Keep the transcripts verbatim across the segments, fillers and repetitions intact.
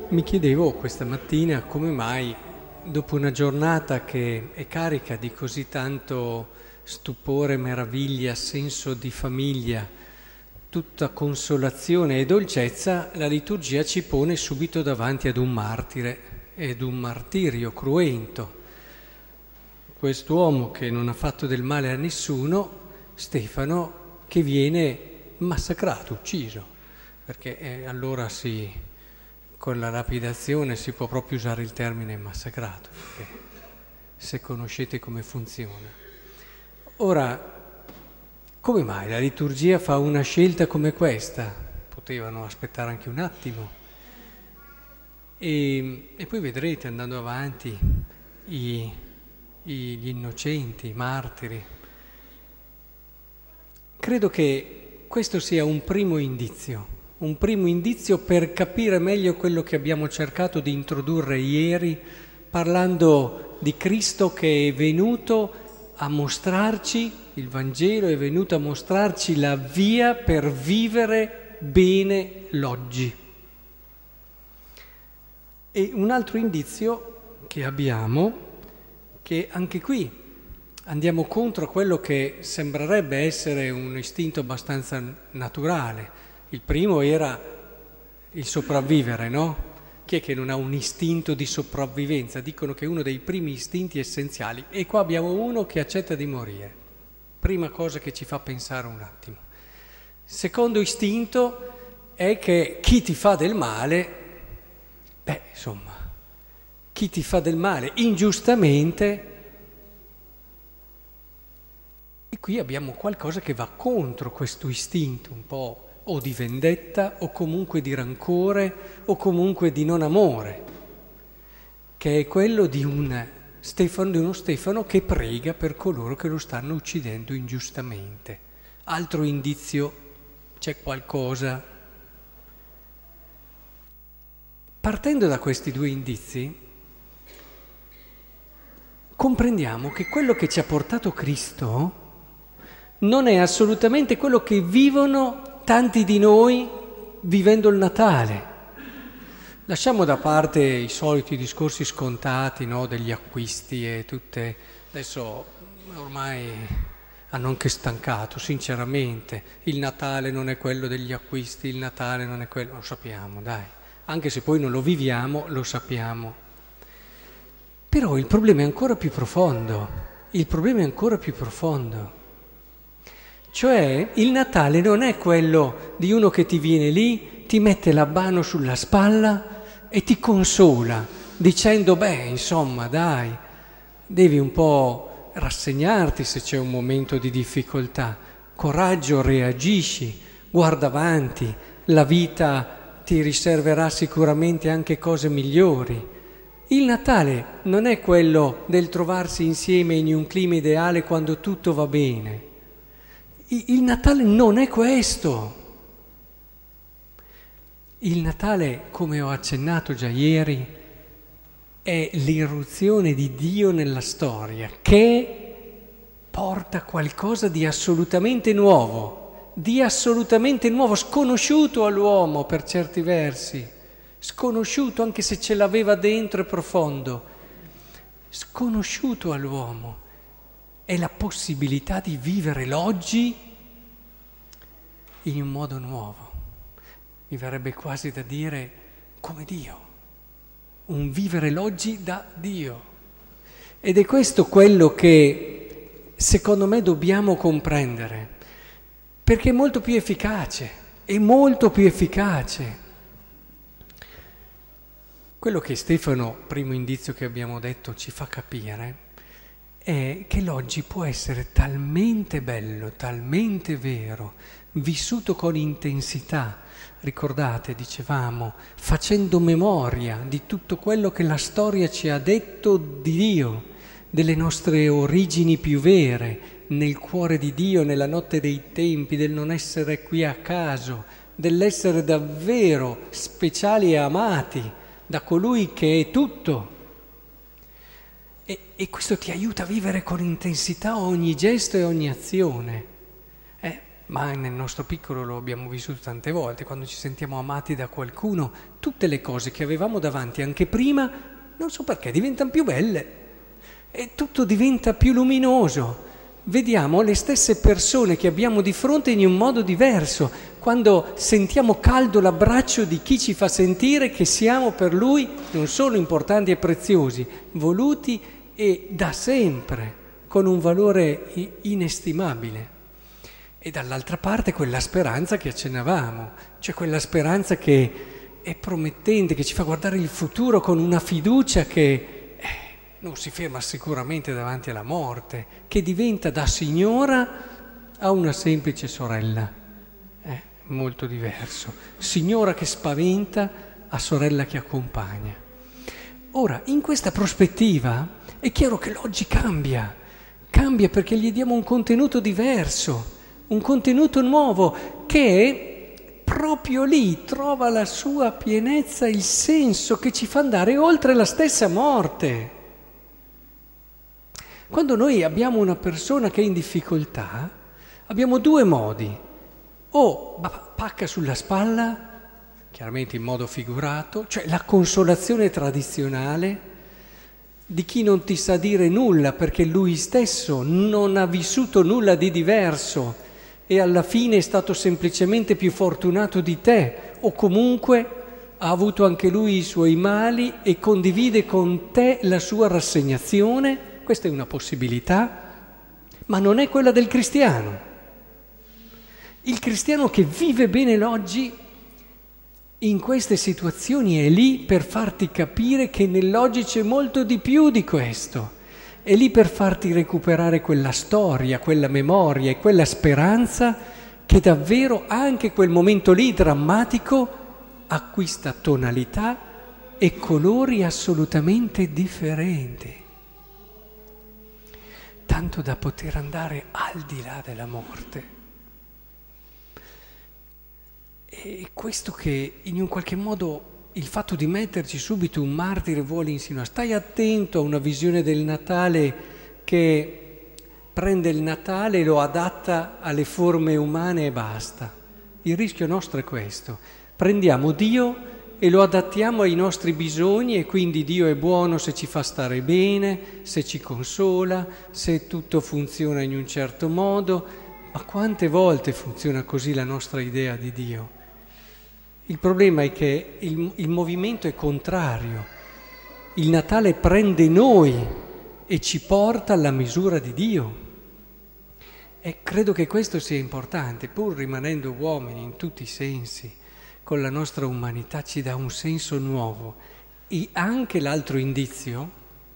Mi chiedevo questa mattina come mai, dopo una giornata che è carica di così tanto stupore, meraviglia, senso di famiglia, tutta consolazione e dolcezza, la liturgia ci pone subito davanti ad un martire ed un martirio cruento. Quest'uomo che non ha fatto del male a nessuno, Stefano, che viene massacrato, ucciso, perché eh, allora si... Con la lapidazione si può proprio usare il termine massacrato, perché se conoscete come funziona. Ora, come mai la liturgia fa una scelta come questa? Potevano aspettare anche un attimo. E, e poi vedrete, andando avanti, i, i, gli innocenti, i martiri. Credo che questo sia un primo indizio. Un primo indizio per capire meglio quello che abbiamo cercato di introdurre ieri, parlando di Cristo che è venuto a mostrarci, il Vangelo è venuto a mostrarci la via per vivere bene l'oggi. E un altro indizio che abbiamo, che anche qui andiamo contro a quello che sembrerebbe essere un istinto abbastanza naturale. Il primo era il sopravvivere, no? Chi è che non ha un istinto di sopravvivenza? Dicono che è uno dei primi istinti essenziali. E qua abbiamo uno che accetta di morire. Prima cosa che ci fa pensare un attimo. Secondo istinto è che chi ti fa del male, beh, insomma, chi ti fa del male ingiustamente, e qui abbiamo qualcosa che va contro questo istinto un po' o di vendetta, o comunque di rancore, o comunque di non amore, che è quello di, un Stefano, di uno Stefano che prega per coloro che lo stanno uccidendo ingiustamente. Altro indizio, c'è qualcosa. Partendo da questi due indizi, comprendiamo che quello che ci ha portato Cristo non è assolutamente quello che vivono tanti di noi vivendo il Natale. Lasciamo da parte i soliti discorsi scontati, no, degli acquisti e tutte... Adesso ormai hanno anche stancato, sinceramente. Il Natale non è quello degli acquisti, il Natale non è quello... Lo sappiamo, dai. Anche se poi non lo viviamo, lo sappiamo. Però il problema è ancora più profondo. Il problema è ancora più profondo. Cioè il Natale non è quello di uno che ti viene lì, ti mette l'abano sulla spalla e ti consola, dicendo, beh, insomma, dai, devi un po' rassegnarti se c'è un momento di difficoltà. Coraggio, reagisci, guarda avanti, la vita ti riserverà sicuramente anche cose migliori. Il Natale non è quello del trovarsi insieme in un clima ideale quando tutto va bene. Il Natale non è questo. Il Natale, come ho accennato già ieri, è l'irruzione di Dio nella storia che porta qualcosa di assolutamente nuovo, di assolutamente nuovo, sconosciuto all'uomo per certi versi, sconosciuto anche se ce l'aveva dentro e profondo, sconosciuto all'uomo. È la possibilità di vivere l'oggi in un modo nuovo. Mi verrebbe quasi da dire come Dio, un vivere l'oggi da Dio. Ed è questo quello che secondo me dobbiamo comprendere, perché è molto più efficace, è molto più efficace. Quello che Stefano, primo indizio che abbiamo detto, ci fa capire è che l'oggi può essere talmente bello, talmente vero, vissuto con intensità, ricordate, dicevamo, facendo memoria di tutto quello che la storia ci ha detto di Dio, delle nostre origini più vere, nel cuore di Dio, nella notte dei tempi, del non essere qui a caso, dell'essere davvero speciali e amati da colui che è tutto. E, e questo ti aiuta a vivere con intensità ogni gesto e ogni azione. Eh, ma nel nostro piccolo lo abbiamo vissuto tante volte, quando ci sentiamo amati da qualcuno, tutte le cose che avevamo davanti anche prima, non so perché, diventano più belle e tutto diventa più luminoso. Vediamo le stesse persone che abbiamo di fronte in un modo diverso, quando sentiamo caldo l'abbraccio di chi ci fa sentire che siamo per lui non solo importanti e preziosi, voluti e da sempre, con un valore inestimabile. E dall'altra parte quella speranza che accennavamo, cioè quella speranza che è promettente, che ci fa guardare il futuro con una fiducia che eh, non si ferma sicuramente davanti alla morte, che diventa da signora a una semplice sorella. È molto diverso. Signora che spaventa a sorella che accompagna. Ora, in questa prospettiva è chiaro che l'oggi cambia, cambia perché gli diamo un contenuto diverso, un contenuto nuovo che proprio lì trova la sua pienezza, il senso che ci fa andare oltre la stessa morte. Quando noi abbiamo una persona che è in difficoltà, abbiamo due modi: o pacca sulla spalla, chiaramente in modo figurato, cioè la consolazione tradizionale di chi non ti sa dire nulla perché lui stesso non ha vissuto nulla di diverso e alla fine è stato semplicemente più fortunato di te, o comunque ha avuto anche lui i suoi mali e condivide con te la sua rassegnazione. Questa è una possibilità, ma non è quella del cristiano. Il cristiano che vive bene l'oggi in queste situazioni è lì per farti capire che nell'oggi c'è molto di più di questo. È lì per farti recuperare quella storia, quella memoria e quella speranza che davvero anche quel momento lì drammatico acquista tonalità e colori assolutamente differenti, tanto da poter andare al di là della morte. E questo che in un qualche modo il fatto di metterci subito un martire vuole insinuare. Stai attento a una visione del Natale che prende il Natale e lo adatta alle forme umane e basta. Il rischio nostro è questo: prendiamo Dio e lo adattiamo ai nostri bisogni, e quindi Dio è buono se ci fa stare bene, se ci consola, se tutto funziona in un certo modo. Ma quante volte funziona così la nostra idea di Dio? Il problema è che il, il movimento è contrario. Il Natale prende noi e ci porta alla misura di Dio. E credo che questo sia importante, pur rimanendo uomini in tutti i sensi, con la nostra umanità ci dà un senso nuovo. E anche l'altro indizio,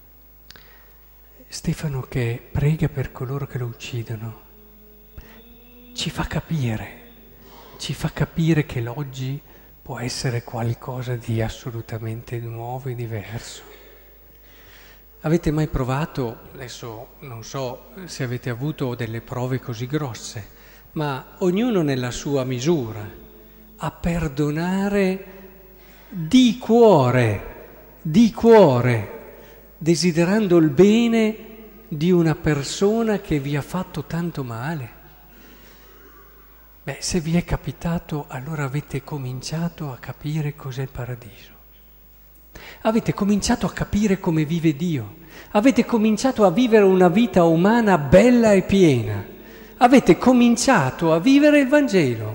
Stefano che prega per coloro che lo uccidono, ci fa capire, ci fa capire che l'oggi può essere qualcosa di assolutamente nuovo e diverso. Avete mai provato, adesso non so se avete avuto delle prove così grosse, ma ognuno nella sua misura, a perdonare di cuore, di cuore, desiderando il bene di una persona che vi ha fatto tanto male? Beh, se vi è capitato, allora avete cominciato a capire cos'è il paradiso. Avete cominciato a capire come vive Dio. Avete cominciato a vivere una vita umana bella e piena. Avete cominciato a vivere il Vangelo.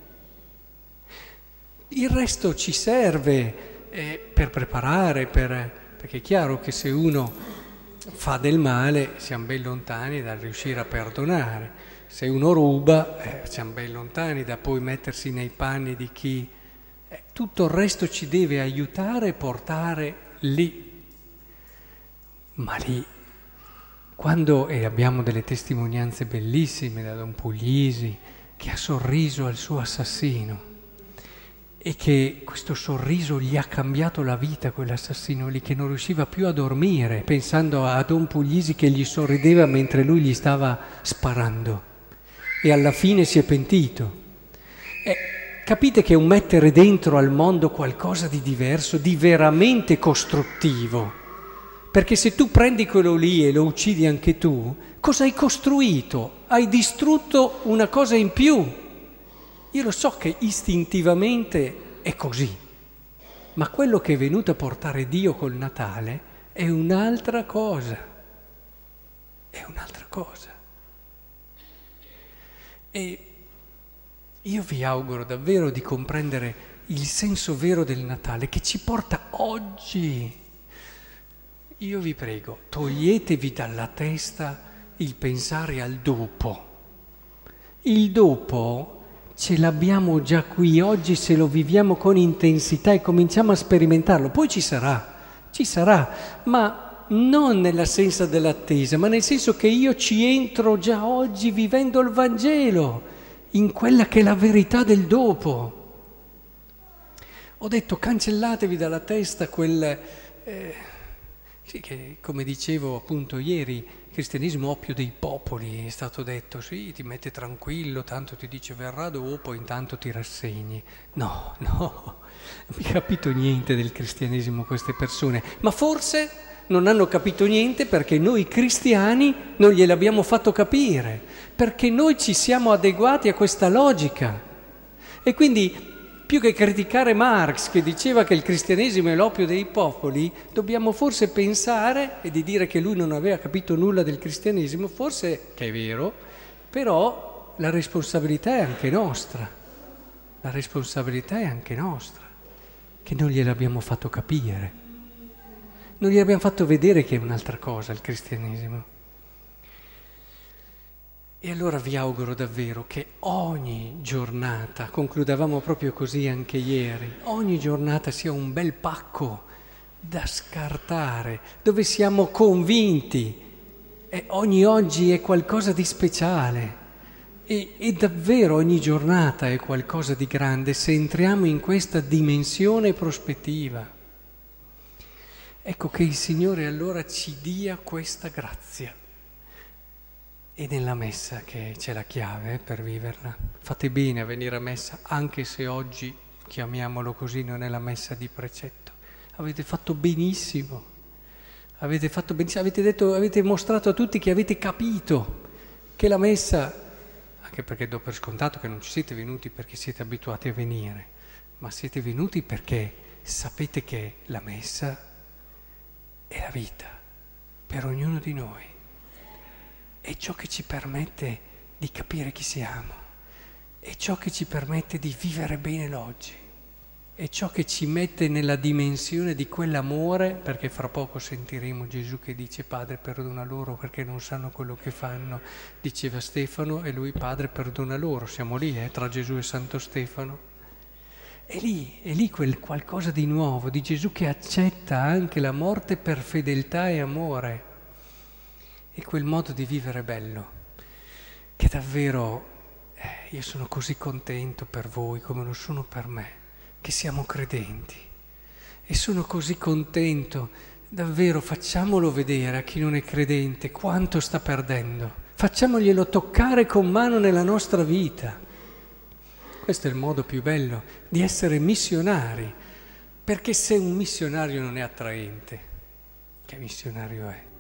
Il resto ci serve eh, per preparare, per, perché è chiaro che se uno fa del male siamo ben lontani dal riuscire a perdonare. Se uno ruba, eh, siamo ben lontani da poi mettersi nei panni di chi... Eh, tutto il resto ci deve aiutare e portare lì. Ma lì, quando, e abbiamo delle testimonianze bellissime da Don Puglisi, che ha sorriso al suo assassino, e che questo sorriso gli ha cambiato la vita, quell'assassino lì, che non riusciva più a dormire, pensando a Don Puglisi che gli sorrideva mentre lui gli stava sparando. E alla fine si è pentito. Eh, capite che è un mettere dentro al mondo qualcosa di diverso, di veramente costruttivo, Perché se tu prendi quello lì e lo uccidi anche tu, cosa hai costruito? Hai distrutto una cosa in più. Io lo so che istintivamente è così, ma quello che è venuto a portare Dio col Natale è un'altra cosa. È un'altra cosa. E io vi auguro davvero di comprendere il senso vero del Natale che ci porta oggi. Io vi prego, toglietevi dalla testa il pensare al dopo. Il dopo ce l'abbiamo già qui, oggi se lo viviamo con intensità e cominciamo a sperimentarlo, poi ci sarà, ci sarà, ma non nell'assenza dell'attesa, ma nel senso che io ci entro già oggi vivendo il Vangelo, in quella che è la verità del dopo. Ho detto cancellatevi dalla testa quel... Eh, Sì, che come dicevo appunto ieri, il cristianesimo oppio dei popoli, è stato detto, sì, ti mette tranquillo, tanto ti dice verrà dopo, intanto ti rassegni. No, no, non mi ha capito niente del cristianesimo queste persone, ma forse non hanno capito niente perché noi cristiani non gliel'abbiamo fatto capire, perché noi ci siamo adeguati a questa logica. E quindi... più che criticare Marx, che diceva che il cristianesimo è l'oppio dei popoli, dobbiamo forse pensare, e di dire che lui non aveva capito nulla del cristianesimo, forse che è vero, però la responsabilità è anche nostra, la responsabilità è anche nostra, che non gliel'abbiamo fatto capire, non gli abbiamo fatto vedere che è un'altra cosa il cristianesimo. E allora vi auguro davvero che ogni giornata, concludevamo proprio così anche ieri, ogni giornata sia un bel pacco da scartare, dove siamo convinti e ogni oggi è qualcosa di speciale e, e davvero ogni giornata è qualcosa di grande se entriamo in questa dimensione e prospettiva. Ecco che il Signore allora ci dia questa grazia. E nella messa che c'è la chiave eh, per viverla. Fate bene a venire a messa, anche se oggi, chiamiamolo così, non è la messa di precetto. Avete fatto benissimo, avete fatto benissimo, avete detto, avete mostrato a tutti che avete capito che la messa, anche perché do per scontato che non ci siete venuti perché siete abituati a venire, ma siete venuti perché sapete che la messa è la vita per ognuno di noi. È ciò che ci permette di capire chi siamo, è ciò che ci permette di vivere bene l'oggi, è ciò che ci mette nella dimensione di quell'amore, perché fra poco sentiremo Gesù che dice Padre perdona loro perché non sanno quello che fanno, diceva Stefano, e lui Padre perdona loro, siamo lì eh, tra Gesù e Santo Stefano. È lì, è lì quel qualcosa di nuovo, di Gesù che accetta anche la morte per fedeltà e amore. E quel modo di vivere bello, che davvero eh, io sono così contento per voi come lo sono per me, che siamo credenti. E sono così contento, davvero facciamolo vedere a chi non è credente quanto sta perdendo. Facciamoglielo toccare con mano nella nostra vita. Questo è il modo più bello di essere missionari, perché se un missionario non è attraente, che missionario è?